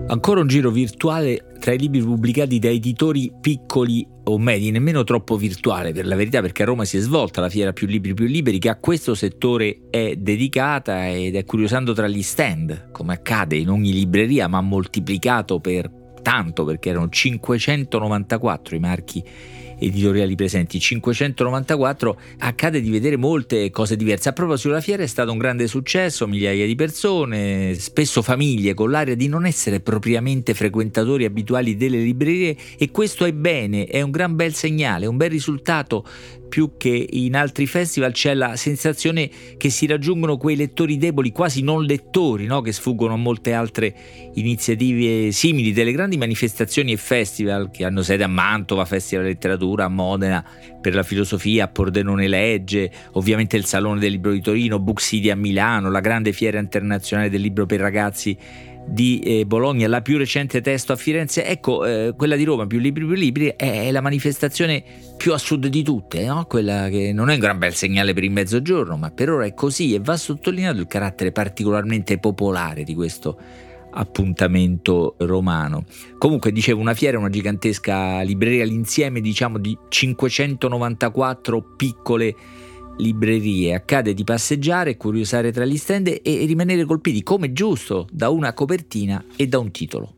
Ancora un giro virtuale tra i libri pubblicati da editori piccoli o medi, nemmeno troppo virtuale per la verità, perché a Roma si è svolta la fiera Più Libri Più Liberi, che a questo settore è dedicata ed è curiosando tra gli stand, come accade in ogni libreria, ma moltiplicato per tanto, perché erano 594 i marchi editoriali presenti, 594. Accade di vedere molte cose diverse. A proposito, la fiera è stato un grande successo, migliaia di persone, spesso famiglie con l'aria di non essere propriamente frequentatori abituali delle librerie, e questo è bene, è un gran bel segnale, un bel risultato. Più che in altri festival c'è la sensazione che si raggiungono quei lettori deboli, quasi non lettori, no? Che sfuggono a molte altre iniziative simili delle grandi manifestazioni e festival che hanno sede a Mantova, Festival Letteratura, a Modena per la filosofia, a Pordenone Legge, ovviamente il Salone del Libro di Torino, Book City a Milano, la grande fiera internazionale del libro per ragazzi di Bologna, la più recente Testo a Firenze. Ecco, quella di Roma, Più Libri, è la manifestazione più a sud di tutte, no? Quella che non è un gran bel segnale per il mezzogiorno, ma per ora è così, e va sottolineato il carattere particolarmente popolare di questo appuntamento romano. Comunque, dicevo, una fiera, una gigantesca libreria, l'insieme diciamo di 594 piccole librerie. Accade di passeggiare, curiosare tra gli stand e rimanere colpiti, come giusto, da una copertina e da un titolo.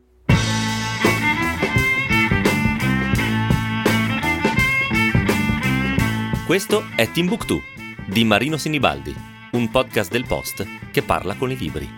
Questo è Timbuktu di Marino Sinibaldi, un podcast del Post che parla con i libri.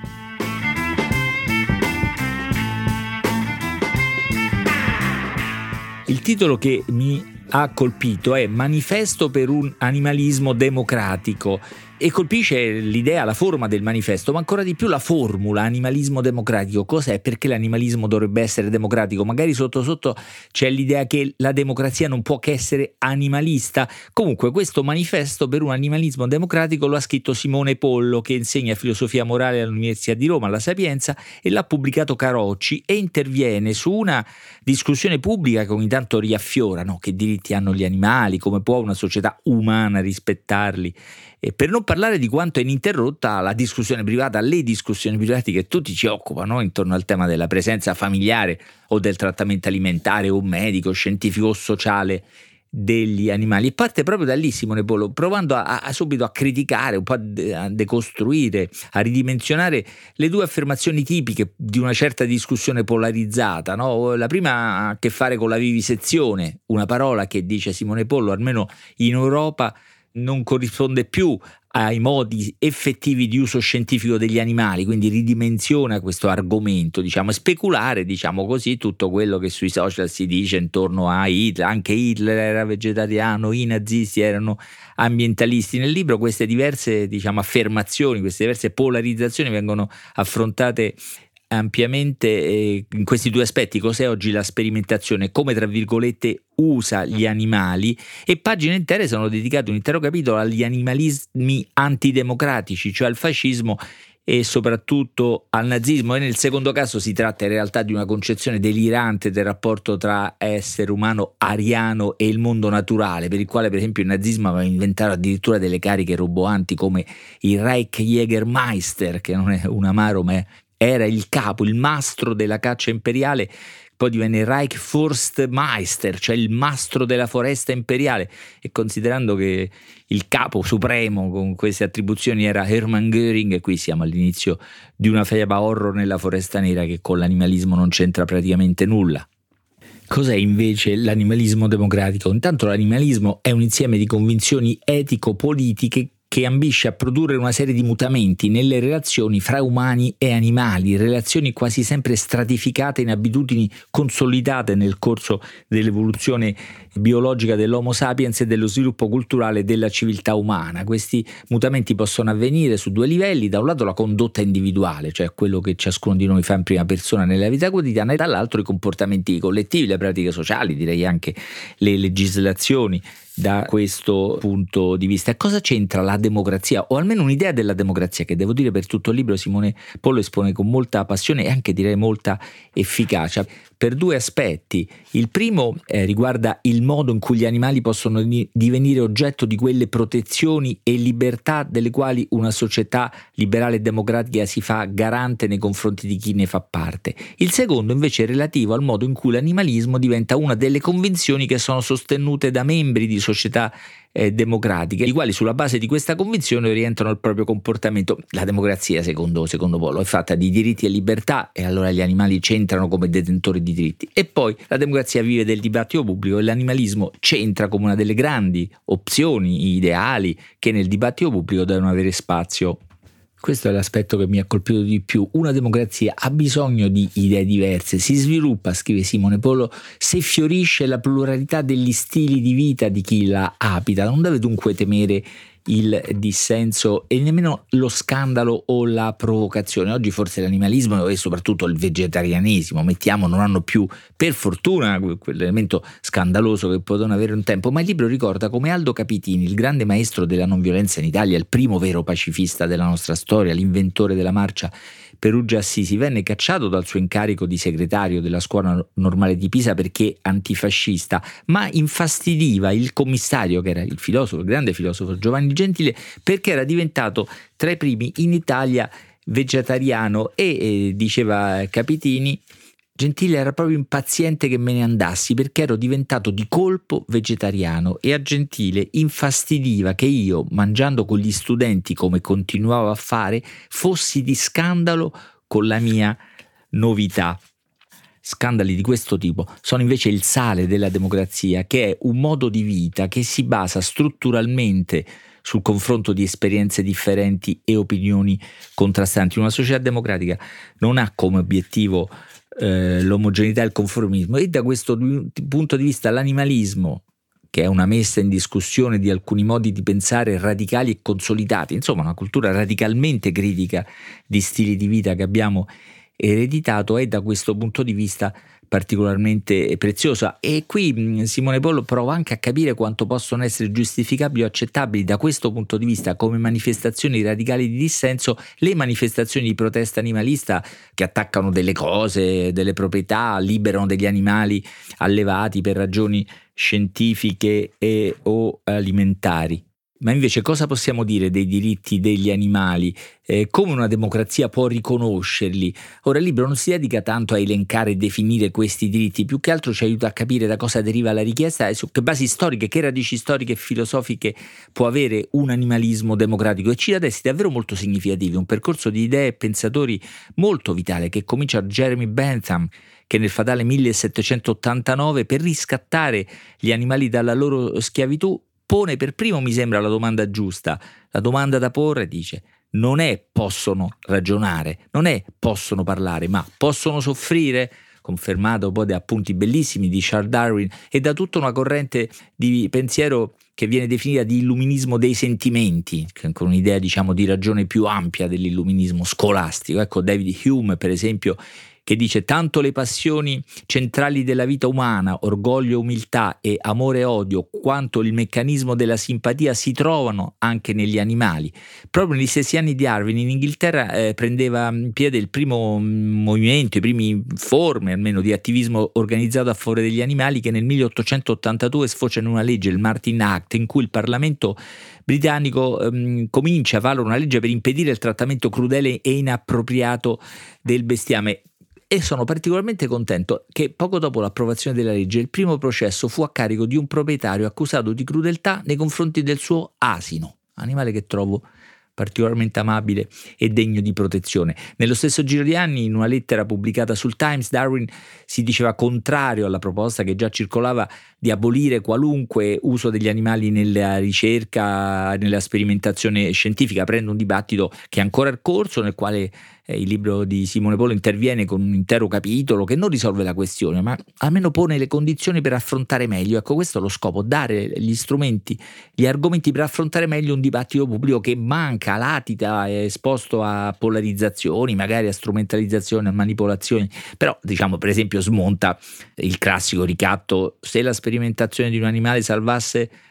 Il titolo che mi ha colpito è Manifesto per un animalismo democratico, e colpisce l'idea, la forma del manifesto, ma ancora di più la formula animalismo democratico. Cos'è? Perché l'animalismo dovrebbe essere democratico? Magari sotto sotto c'è l'idea che la democrazia non può che essere animalista. Comunque, questo manifesto per un animalismo democratico lo ha scritto Simone Pollo, che insegna filosofia morale all'Università di Roma, alla Sapienza, e l'ha pubblicato Carocci, e interviene su una discussione pubblica che ogni tanto riaffiora, no? Che diritti hanno gli animali, come può una società umana rispettarli, e per non parlare di quanto è ininterrotta la discussione privata, le discussioni private che tutti ci occupano intorno al tema della presenza familiare o del trattamento alimentare o medico, scientifico o sociale degli animali. E parte proprio da lì Simone Pollo, provando subito a criticare, un po' a decostruire, a ridimensionare le due affermazioni tipiche di una certa discussione polarizzata, no? La prima ha a che fare con la vivisezione, una parola che, dice Simone Pollo, almeno in Europa non corrisponde più ai modi effettivi di uso scientifico degli animali, quindi ridimensiona questo argomento, diciamo, speculare, diciamo così, tutto quello che sui social si dice intorno a Hitler. Anche Hitler era vegetariano, i nazisti erano ambientalisti. Nel libro queste diverse, diciamo, affermazioni, queste diverse polarizzazioni vengono affrontate ampiamente in questi due aspetti: cos'è oggi la sperimentazione, come tra virgolette usa gli animali, e pagine intere sono dedicate, un intero capitolo, agli animalismi antidemocratici, cioè al fascismo e soprattutto al nazismo. E nel secondo caso si tratta in realtà di una concezione delirante del rapporto tra essere umano ariano e il mondo naturale, per il quale per esempio il nazismo aveva inventato addirittura delle cariche roboanti come il Reichsjägermeister, che non è un amaro ma era il capo, il mastro della caccia imperiale. Poi divenne Reichsforstmeister, cioè il mastro della foresta imperiale, e considerando che il capo supremo con queste attribuzioni era Hermann Göring, e qui siamo all'inizio di una fiaba horror nella Foresta Nera che con l'animalismo non c'entra praticamente nulla. Cos'è invece l'animalismo democratico? Intanto l'animalismo è un insieme di convinzioni etico-politiche che ambisce a produrre una serie di mutamenti nelle relazioni fra umani e animali, relazioni quasi sempre stratificate in abitudini consolidate nel corso dell'evoluzione biologica dell'Homo sapiens e dello sviluppo culturale della civiltà umana. Questi mutamenti possono avvenire su due livelli: da un lato la condotta individuale, cioè quello che ciascuno di noi fa in prima persona nella vita quotidiana, e dall'altro i comportamenti collettivi, le pratiche sociali, direi anche le legislazioni da questo punto di vista. Cosa c'entra la democrazia, o almeno un'idea della democrazia, che devo dire per tutto il libro Simone Polo espone con molta passione e anche direi molta efficacia, per due aspetti. Il primo riguarda il modo in cui gli animali possono divenire oggetto di quelle protezioni e libertà delle quali una società liberale e democratica si fa garante nei confronti di chi ne fa parte. Il secondo invece è relativo al modo in cui l'animalismo diventa una delle convinzioni che sono sostenute da membri di società democratiche, i quali sulla base di questa convinzione orientano il proprio comportamento. La democrazia, secondo Polo, è fatta di diritti e libertà, e allora gli animali c'entrano come detentori di diritti. E poi la democrazia vive del dibattito pubblico e l'animalismo c'entra come una delle grandi opzioni ideali che nel dibattito pubblico devono avere spazio. Questo è l'aspetto che mi ha colpito di più. Una democrazia ha bisogno di idee diverse, si sviluppa, scrive Simone Polo, se fiorisce la pluralità degli stili di vita di chi la abita. Non deve dunque temere il dissenso e nemmeno lo scandalo o la provocazione. Oggi forse l'animalismo e soprattutto il vegetarianesimo, non hanno più, per fortuna, quell'elemento scandaloso che potevano avere un tempo, ma il libro ricorda come Aldo Capitini, il grande maestro della non violenza in Italia, il primo vero pacifista della nostra storia, l'inventore della marcia Perugia-Assisi, venne cacciato dal suo incarico di segretario della scuola normale di Pisa perché antifascista, ma infastidiva il commissario, che era il grande filosofo Giovanni Gentile, perché era diventato tra i primi in Italia vegetariano e diceva Capitini, Gentile era proprio impaziente che me ne andassi perché ero diventato di colpo vegetariano e a Gentile infastidiva che io, mangiando con gli studenti come continuavo a fare, fossi di scandalo con la mia novità. Scandali di questo tipo sono invece il sale della democrazia, che è un modo di vita che si basa strutturalmente sul confronto di esperienze differenti e opinioni contrastanti. Una società democratica non ha come obiettivo l'omogeneità e il conformismo, e da questo punto di vista l'animalismo, che è una messa in discussione di alcuni modi di pensare radicali e consolidati, insomma una cultura radicalmente critica di stili di vita che abbiamo ereditato, è da questo punto di vista particolarmente preziosa. E qui Simone Polo prova anche a capire quanto possono essere giustificabili o accettabili da questo punto di vista come manifestazioni radicali di dissenso le manifestazioni di protesta animalista che attaccano delle cose, delle proprietà, liberano degli animali allevati per ragioni scientifiche e o alimentari. Ma invece cosa possiamo dire dei diritti degli animali? Come una democrazia può riconoscerli? Ora il libro non si dedica tanto a elencare e definire questi diritti, più che altro ci aiuta a capire da cosa deriva la richiesta e su che basi storiche, che radici storiche e filosofiche può avere un animalismo democratico, e ci dà testi davvero molto significativi, un percorso di idee e pensatori molto vitale che comincia da Jeremy Bentham, che nel fatale 1789 per riscattare gli animali dalla loro schiavitù pone per primo, mi sembra, la domanda giusta. La domanda da porre, dice, non è possono ragionare, non è possono parlare, ma possono soffrire? Confermato poi da appunti bellissimi di Charles Darwin e da tutta una corrente di pensiero che viene definita di illuminismo dei sentimenti, con un'idea di ragione più ampia dell'illuminismo scolastico. Ecco David Hume, per esempio, che dice tanto le passioni centrali della vita umana, orgoglio, umiltà e amore e odio, quanto il meccanismo della simpatia si trovano anche negli animali. Proprio negli stessi anni di Darwin in Inghilterra prendeva piede il primo movimento, i primi forme almeno di attivismo organizzato a favore degli animali, che nel 1882 sfocia in una legge, il Martin Act, in cui il Parlamento britannico comincia a varare una legge per impedire il trattamento crudele e inappropriato del bestiame. E sono particolarmente contento che poco dopo l'approvazione della legge il primo processo fu a carico di un proprietario accusato di crudeltà nei confronti del suo asino, animale che trovo particolarmente amabile e degno di protezione. Nello stesso giro di anni, in una lettera pubblicata sul Times, Darwin si diceva contrario alla proposta che già circolava di abolire qualunque uso degli animali nella ricerca, nella sperimentazione scientifica, aprendo un dibattito che è ancora in corso, nel quale il libro di Simone Polo interviene con un intero capitolo che non risolve la questione, ma almeno pone le condizioni per affrontare meglio. Ecco, questo è lo scopo, dare gli strumenti, gli argomenti per affrontare meglio un dibattito pubblico che manca, latita, è esposto a polarizzazioni, magari a strumentalizzazioni, a manipolazioni. Però, per esempio, smonta il classico ricatto: se la sperimentazione di un animale salvasse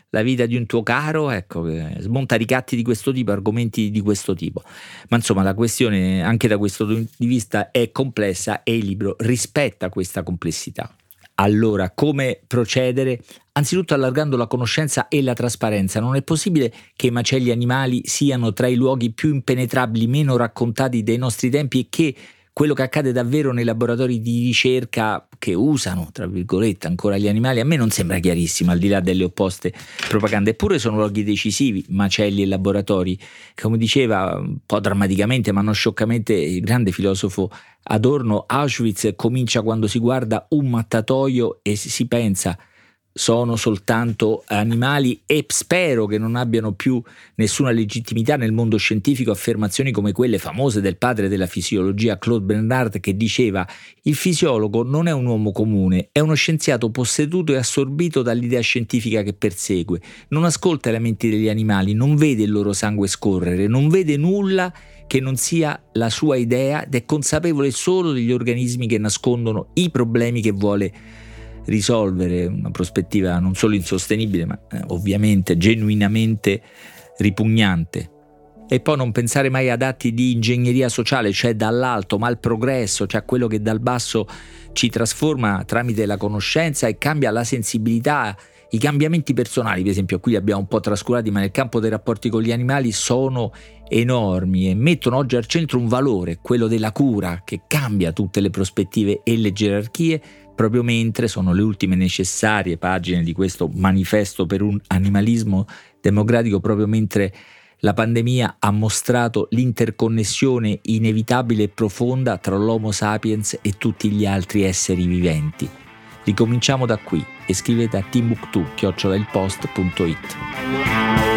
la vita di un tuo caro, ecco, smonta ricatti di questo tipo, argomenti di questo tipo. Ma insomma la questione anche da questo punto di vista è complessa e il libro rispetta questa complessità. Allora, come procedere? Anzitutto allargando la conoscenza e la trasparenza. Non è possibile che i macelli animali siano tra i luoghi più impenetrabili, meno raccontati dei nostri tempi, e che quello che accade davvero nei laboratori di ricerca che usano, tra virgolette, ancora gli animali, a me non sembra chiarissimo, al di là delle opposte propagande. Eppure sono luoghi decisivi, macelli e laboratori. Come diceva un po' drammaticamente ma non scioccamente il grande filosofo Adorno, Auschwitz comincia quando si guarda un mattatoio e si pensa: sono soltanto animali, e spero che non abbiano più nessuna legittimità nel mondo scientifico affermazioni come quelle famose del padre della fisiologia Claude Bernard, che diceva: il fisiologo non è un uomo comune, è uno scienziato posseduto e assorbito dall'idea scientifica che persegue, non ascolta le menti degli animali, non vede il loro sangue scorrere, non vede nulla che non sia la sua idea ed è consapevole solo degli organismi che nascondono i problemi che vuole risolvere. Una prospettiva non solo insostenibile ma ovviamente genuinamente ripugnante. E poi non pensare mai ad atti di ingegneria sociale, cioè dall'alto, ma al progresso, cioè a quello che dal basso ci trasforma tramite la conoscenza e cambia la sensibilità. I cambiamenti personali, per esempio, qui li abbiamo un po' trascurati, ma nel campo dei rapporti con gli animali sono enormi e mettono oggi al centro un valore, quello della cura, che cambia tutte le prospettive e le gerarchie, proprio mentre sono le ultime necessarie pagine di questo manifesto per un animalismo democratico, proprio mentre la pandemia ha mostrato l'interconnessione inevitabile e profonda tra l'Homo sapiens e tutti gli altri esseri viventi. Ricominciamo da qui e scrivete a timbuktu@ilpost.it.